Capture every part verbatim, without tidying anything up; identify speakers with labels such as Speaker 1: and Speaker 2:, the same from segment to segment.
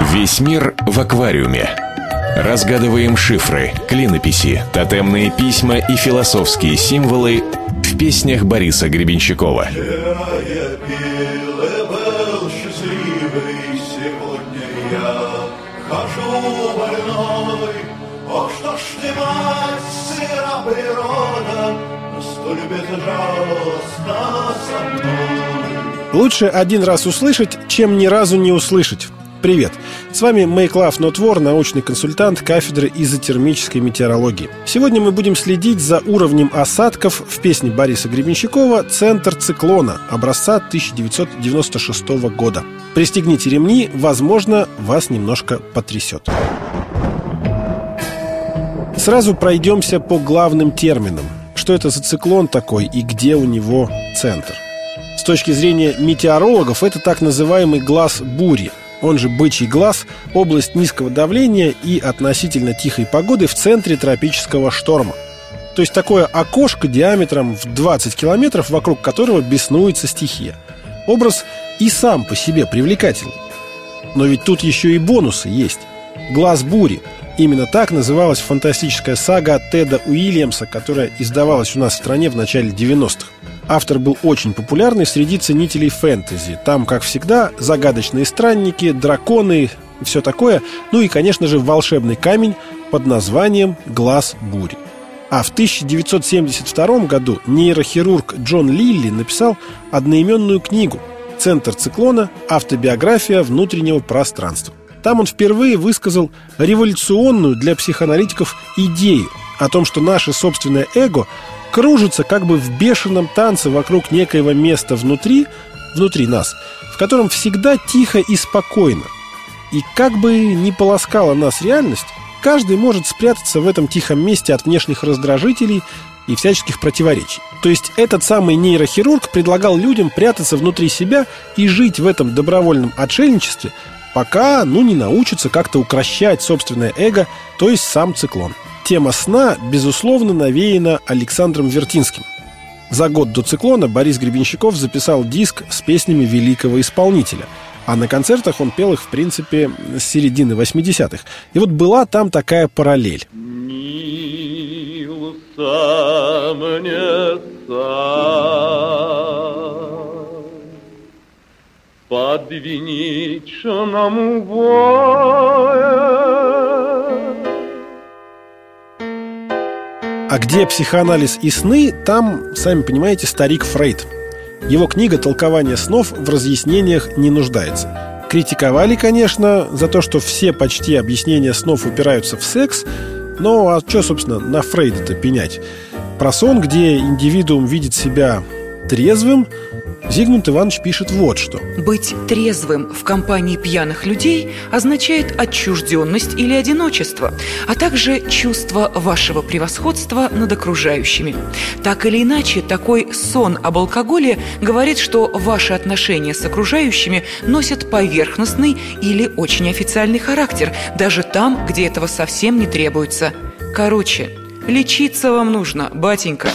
Speaker 1: Весь мир в аквариуме. Разгадываем шифры, клинописи, тотемные письма и философские символы в песнях Бориса Гребенщикова.
Speaker 2: Вчера я пил и был счастливый, сегодня я хожу больной. Ох, что ж ты, мать, сыра природа, столь безжалостна со мной.
Speaker 3: Лучше один раз услышать, чем ни разу не услышать. Привет! С вами Make Love Not War, научный консультант кафедры изотермической метеорологии. Сегодня мы будем следить за уровнем осадков в песне Бориса Гребенщикова «Центр циклона» образца тысяча девятьсот девяносто шестого года. Пристегните ремни, возможно, вас немножко потрясет. Сразу пройдемся по главным терминам. Что это за циклон такой и где у него центр? С точки зрения метеорологов, это так называемый глаз бури, он же бычий глаз, область низкого давления и относительно тихой погоды в центре тропического шторма. То есть такое окошко диаметром в двадцать километров, вокруг которого беснуется стихия. Образ и сам по себе привлекательный. Но ведь тут еще и бонусы есть. Глаз бури. Именно так называлась фантастическая сага Теда Уильямса, которая издавалась у нас в стране в начале девяностых. Автор был очень популярный среди ценителей фэнтези. Там, как всегда, загадочные странники, драконы и все такое. Ну и, конечно же, волшебный камень под названием «Глаз бури». А в тысяча девятьсот семьдесят втором году нейрохирург Джон Лилли написал одноименную книгу «Центр циклона. Автобиография внутреннего пространства». Там он впервые высказал революционную для психоаналитиков идею о том, что наше собственное эго кружится как бы в бешеном танце вокруг некоего места внутри, внутри нас, в котором всегда тихо и спокойно. И как бы ни полоскала нас реальность, каждый может спрятаться в этом тихом месте от внешних раздражителей и всяческих противоречий. То есть этот самый нейрохирург предлагал людям прятаться внутри себя и жить в этом добровольном отшельничестве, пока, ну, не научатся как-то укрощать собственное эго, то есть сам циклон. Тема сна, безусловно, навеяна Александром Вертинским. За год до циклона Борис Гребенщиков записал диск с песнями великого исполнителя. А на концертах он пел их, в принципе, с середины восьмидесятых. И вот была там такая параллель.
Speaker 4: Снился мне сад под венечным воем.
Speaker 3: А где психоанализ и сны, там, сами понимаете, старик Фрейд. Его книга «Толкование снов» в разъяснениях не нуждается. Критиковали, конечно, за то, что все почти объяснения снов упираются в секс. Но а что, собственно, на Фрейда-то пенять? Про сон, где индивидуум видит себя трезвым, Зигмунд Иванович пишет вот что.
Speaker 5: Быть трезвым в компании пьяных людей означает отчужденность или одиночество, а также чувство вашего превосходства над окружающими. Так или иначе, такой сон об алкоголе говорит, что ваши отношения с окружающими носят поверхностный или очень официальный характер, даже там, где этого совсем не требуется. Короче, лечиться вам нужно, батенька.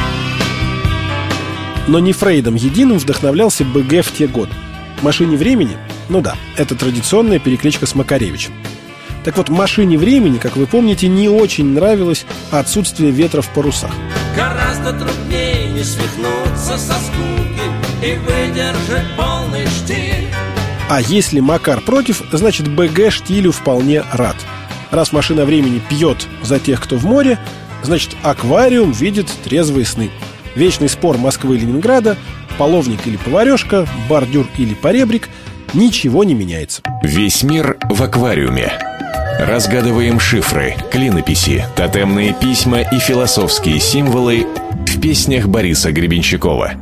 Speaker 3: Но не Фрейдом единым вдохновлялся БГ в те годы. «Машине времени»? Ну да, это традиционная перекличка с Макаревичем. Так вот, «Машине времени», как вы помните, не очень нравилось отсутствие ветра в парусах.
Speaker 6: Гораздо труднее не свихнуться со скуки и выдержать полный штиль.
Speaker 3: А если Макар против, значит БГ штилю вполне рад. Раз «Машина времени» пьет за тех, кто в море, значит аквариум видит трезвые сны. Вечный спор Москвы и Ленинграда, половник или поварешка, бордюр или поребрик, ничего не меняется.
Speaker 1: Весь мир в аквариуме. Разгадываем шифры, клинописи, тотемные письма и философские символы в песнях Бориса Гребенщикова.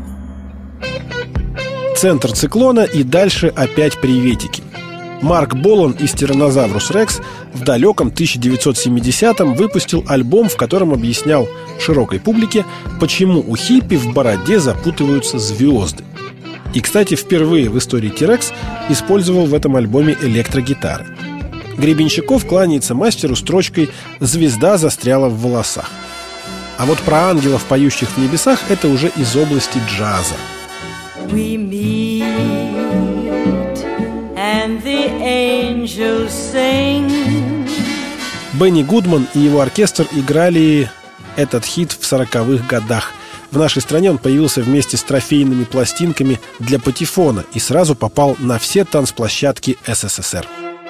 Speaker 3: Центр циклона и дальше опять приветики. Марк Болан из Tyrannosaurus Rex в далеком тысяча девятьсот семидесятом выпустил альбом, в котором объяснял широкой публике, почему у хиппи в бороде запутываются звезды. И, кстати, впервые в истории T-Rex использовал в этом альбоме электрогитары. Гребенщиков кланяется мастеру строчкой «Звезда застряла в волосах». А вот про ангелов, поющих в небесах, это уже из области джаза.
Speaker 7: We meet, and the angels
Speaker 6: angels sing.
Speaker 3: Бенни Гудман и его оркестр играли этот хит в сороковых годах. В нашей стране он появился вместе с трофейными пластинками для патефона и сразу попал на все танцплощадки эс эс эс эр.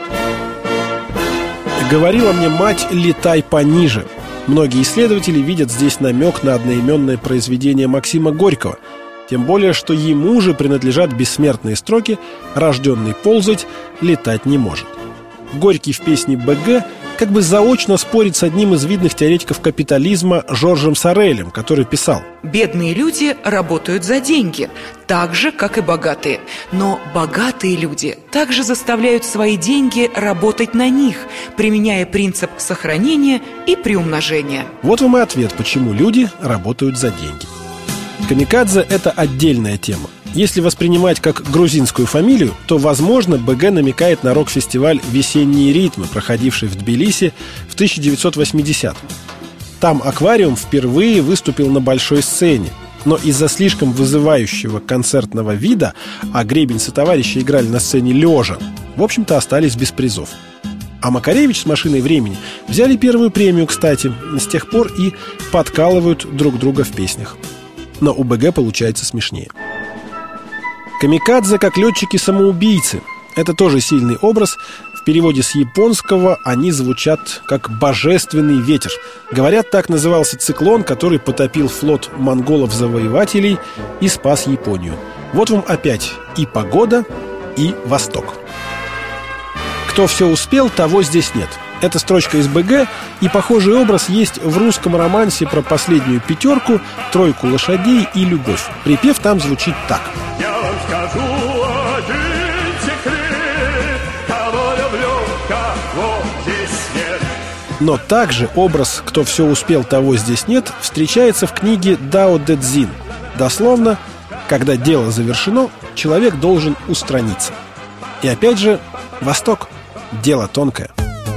Speaker 3: Говорила мне мать: «Летай пониже». Многие исследователи видят здесь намек на одноименное произведение Максима Горького. Тем более, что ему же принадлежат бессмертные строки: «Рожденный ползать, летать не может». Горький в песне «БГ» как бы заочно спорит с одним из видных теоретиков капитализма Жоржем Сорелем, который писал:
Speaker 5: «Бедные люди работают за деньги, так же, как и богатые. Но богатые люди также заставляют свои деньги работать на них, применяя принцип сохранения и приумножения». Вот вам и ответ, почему люди работают за деньги. Камикадзе – это отдельная тема. Если воспринимать как грузинскую фамилию, то, возможно, БГ намекает на рок-фестиваль «Весенние ритмы», проходивший в Тбилиси в тысяча девятьсот восьмидесятом. Там «Аквариум» впервые выступил на большой сцене, но из-за слишком вызывающего концертного вида, а Гребень и товарищи играли на сцене лежа, в общем-то, остались без призов. А Макаревич с «Машиной времени» взяли первую премию, кстати, с тех пор и подкалывают друг друга в песнях. Но у БГ получается смешнее. Камикадзе как летчики-самоубийцы. Это тоже сильный образ. В переводе с японского они звучат как «божественный ветер». Говорят, так назывался циклон, который потопил флот монголов-завоевателей и спас Японию. Вот вам опять и погода, и Восток. Кто все успел, того здесь нет. Это строчка из БГ, и похожий образ есть в русском романсе про последнюю пятерку, тройку лошадей и любовь. Припев там звучит так.
Speaker 2: Я вам скажу один секрет, кого люблю, кого здесь нет.
Speaker 3: Но также образ «кто все успел, того здесь нет» встречается в книге Дао Дэ Цзин. Дословно, когда дело завершено, человек должен устраниться. И опять же, Восток – дело тонкое.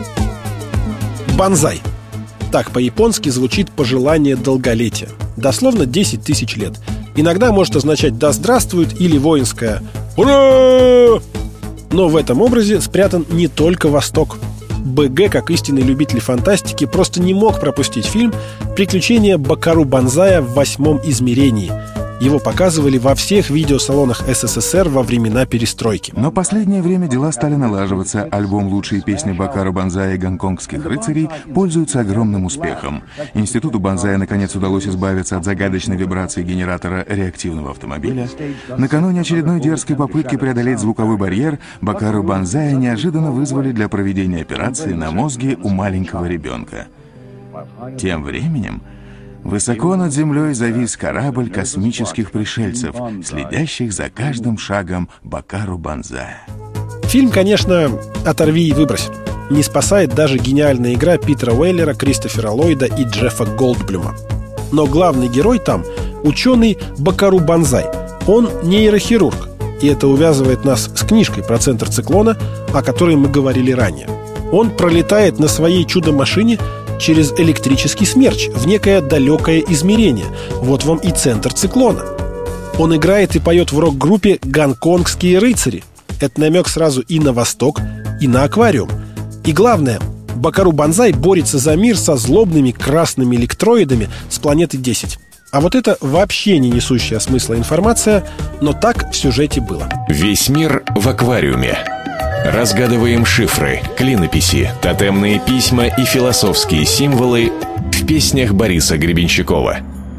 Speaker 3: Бонзай. Так по-японски звучит пожелание долголетия. Дословно десять тысяч лет. Иногда может означать «да здравствует» или воинское «Ура!». Но в этом образе спрятан не только Восток. БГ, как истинный любитель фантастики, просто не мог пропустить фильм «Приключения Бакару Бонзая в восьмом измерении». Его показывали во всех видеосалонах эс эс эс эр во времена перестройки.
Speaker 7: Но последнее время дела стали налаживаться. Альбом «Лучшие песни Бакару Бонзая и гонконгских рыцарей» пользуется огромным успехом. Институту Бонзая наконец удалось избавиться от загадочной вибрации генератора реактивного автомобиля. Накануне очередной дерзкой попытки преодолеть звуковой барьер Бакару Бонзая неожиданно вызвали для проведения операции на мозге у маленького ребенка. Тем временем высоко над землей завис корабль космических пришельцев, следящих за каждым шагом Бакару Бонзая.
Speaker 3: Фильм, конечно, оторви и выбрось. Не спасает даже гениальная игра Питера Уэллера, Кристофера Ллойда и Джеффа Голдблюма. Но главный герой там – ученый Бакару Бонзай. Он нейрохирург. И это увязывает нас с книжкой про центр циклона, о которой мы говорили ранее. Он пролетает на своей чудо-машине через электрический смерч в некое далекое измерение. Вот вам и центр циклона. Он играет и поет в рок-группе «Гонконгские рыцари». Это намек сразу и на Восток, и на Аквариум. И главное, Бакару Бонзай борется за мир со злобными красными электроидами с планеты десять. А вот это вообще не несущая смысла информация, но так в сюжете было.
Speaker 1: Весь мир в аквариуме. Разгадываем шифры, клинописи, тотемные письма и философские символы в песнях Бориса Гребенщикова.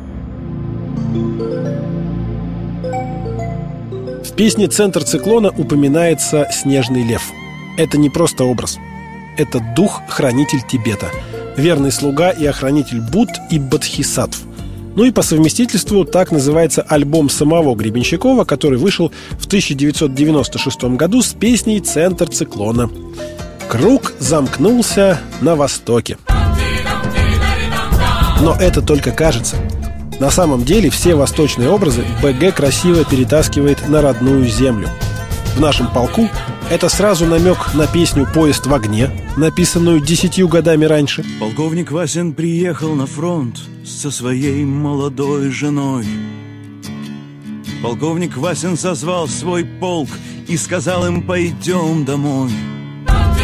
Speaker 3: В песне «Центр циклона» упоминается снежный лев. Это не просто образ. Это дух-хранитель Тибета, верный слуга и охранитель Будд и Бодхисаттв. Ну и по совместительству так называется альбом самого Гребенщикова, который вышел в тысяча девятьсот девяносто шестом году с песней «Центр циклона». Круг замкнулся на востоке. Но это только кажется. На самом деле все восточные образы БГ красиво перетаскивает на родную землю. В нашем полку это сразу намек на песню «Поезд в огне», написанную десятью годами раньше.
Speaker 8: Полковник Васин приехал на фронт со своей молодой женой. Полковник Васин созвал свой полк и сказал им: пойдем домой.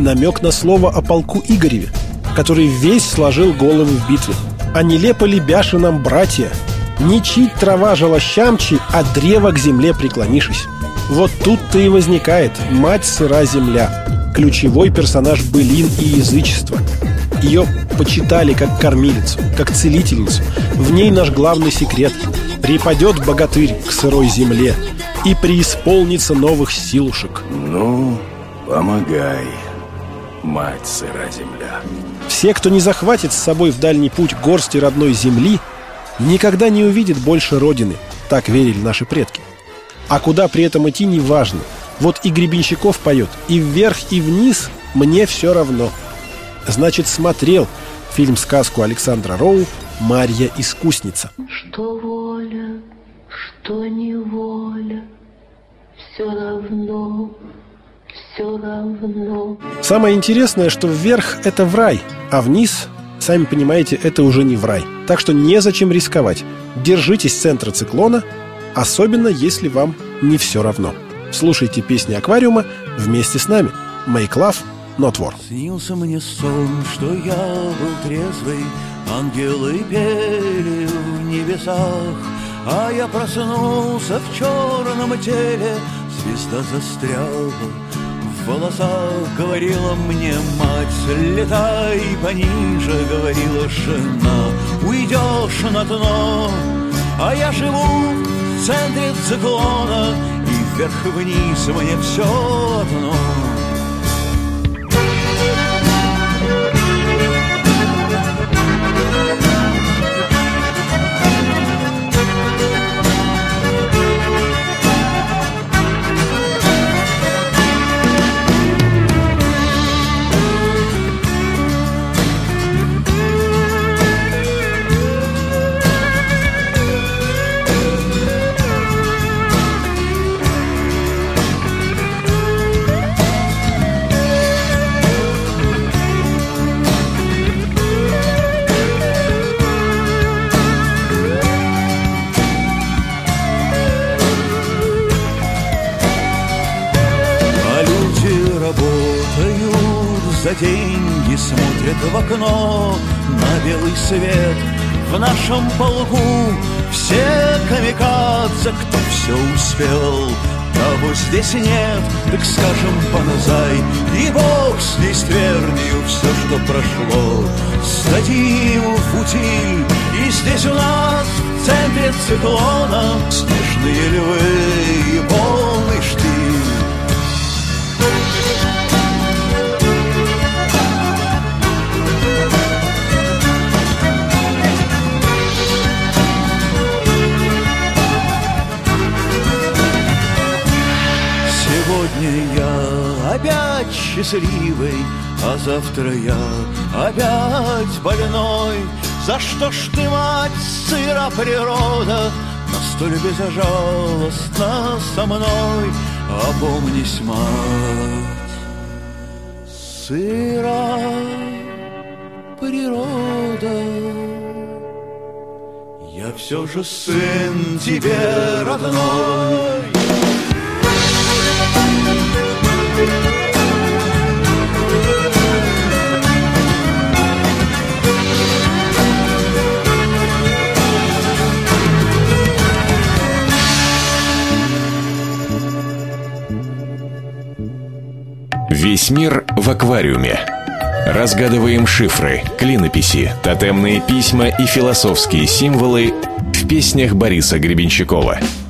Speaker 3: намек на слово о полку Игореве, который весь сложил головы в битве. А нелепо ли бяши нам, братья, не чить трава желощамчи, а древо к земле преклонишись. Вот тут-то и возникает мать сыра земля, ключевой персонаж былин и язычества. Ее почитали как кормилицу, как целительницу. В ней наш главный секрет. Припадет богатырь к сырой земле и преисполнится новых силушек.
Speaker 9: Ну, помогай, мать сыра земля.
Speaker 3: Все, кто не захватит с собой в дальний путь горсти родной земли, никогда не увидит больше родины. Так верили наши предки. А куда при этом идти, не важно. Вот и Гребенщиков поет: и вверх, и вниз мне все равно. Значит, смотрел фильм-сказку Александра Роу «Марья искусница».
Speaker 10: Что воля, что неволя, все равно, все равно.
Speaker 3: Самое интересное, что вверх — это в рай, а вниз, сами понимаете, это уже не в рай. Так что незачем рисковать. Держитесь центра циклона, особенно если вам не все равно. Слушайте песни «Аквариума» вместе с нами. Make love, not war.
Speaker 8: Снился мне сон, что я был трезвый, ангелы пели в небесах, а я проснулся в черном теле, звезда застряла в волосах. Говорила мне мать: летай пониже, говорила жена, уйдешь на дно. А я живу в центре циклона, и вверх-вниз мне все одно. За деньги смотрят в окно на белый свет. В нашем полку все камикадзе, кто все успел. Кого здесь нет, так скажем банзай, и бог с ней, с твердью, все, что прошло. Сдадим в утиль, и здесь у нас в центре циклона снежные львы и полный штиль. Сегодня я опять счастливый, а завтра я опять больной. За что ж ты, мать сыра природа, настоль безжалостна со мной? Опомнись, мать сыра природа, я все же сын тебе родной.
Speaker 1: Весь мир в аквариуме. Разгадываем шифры, клинописи, тотемные письма и философские символы в песнях Бориса Гребенщикова.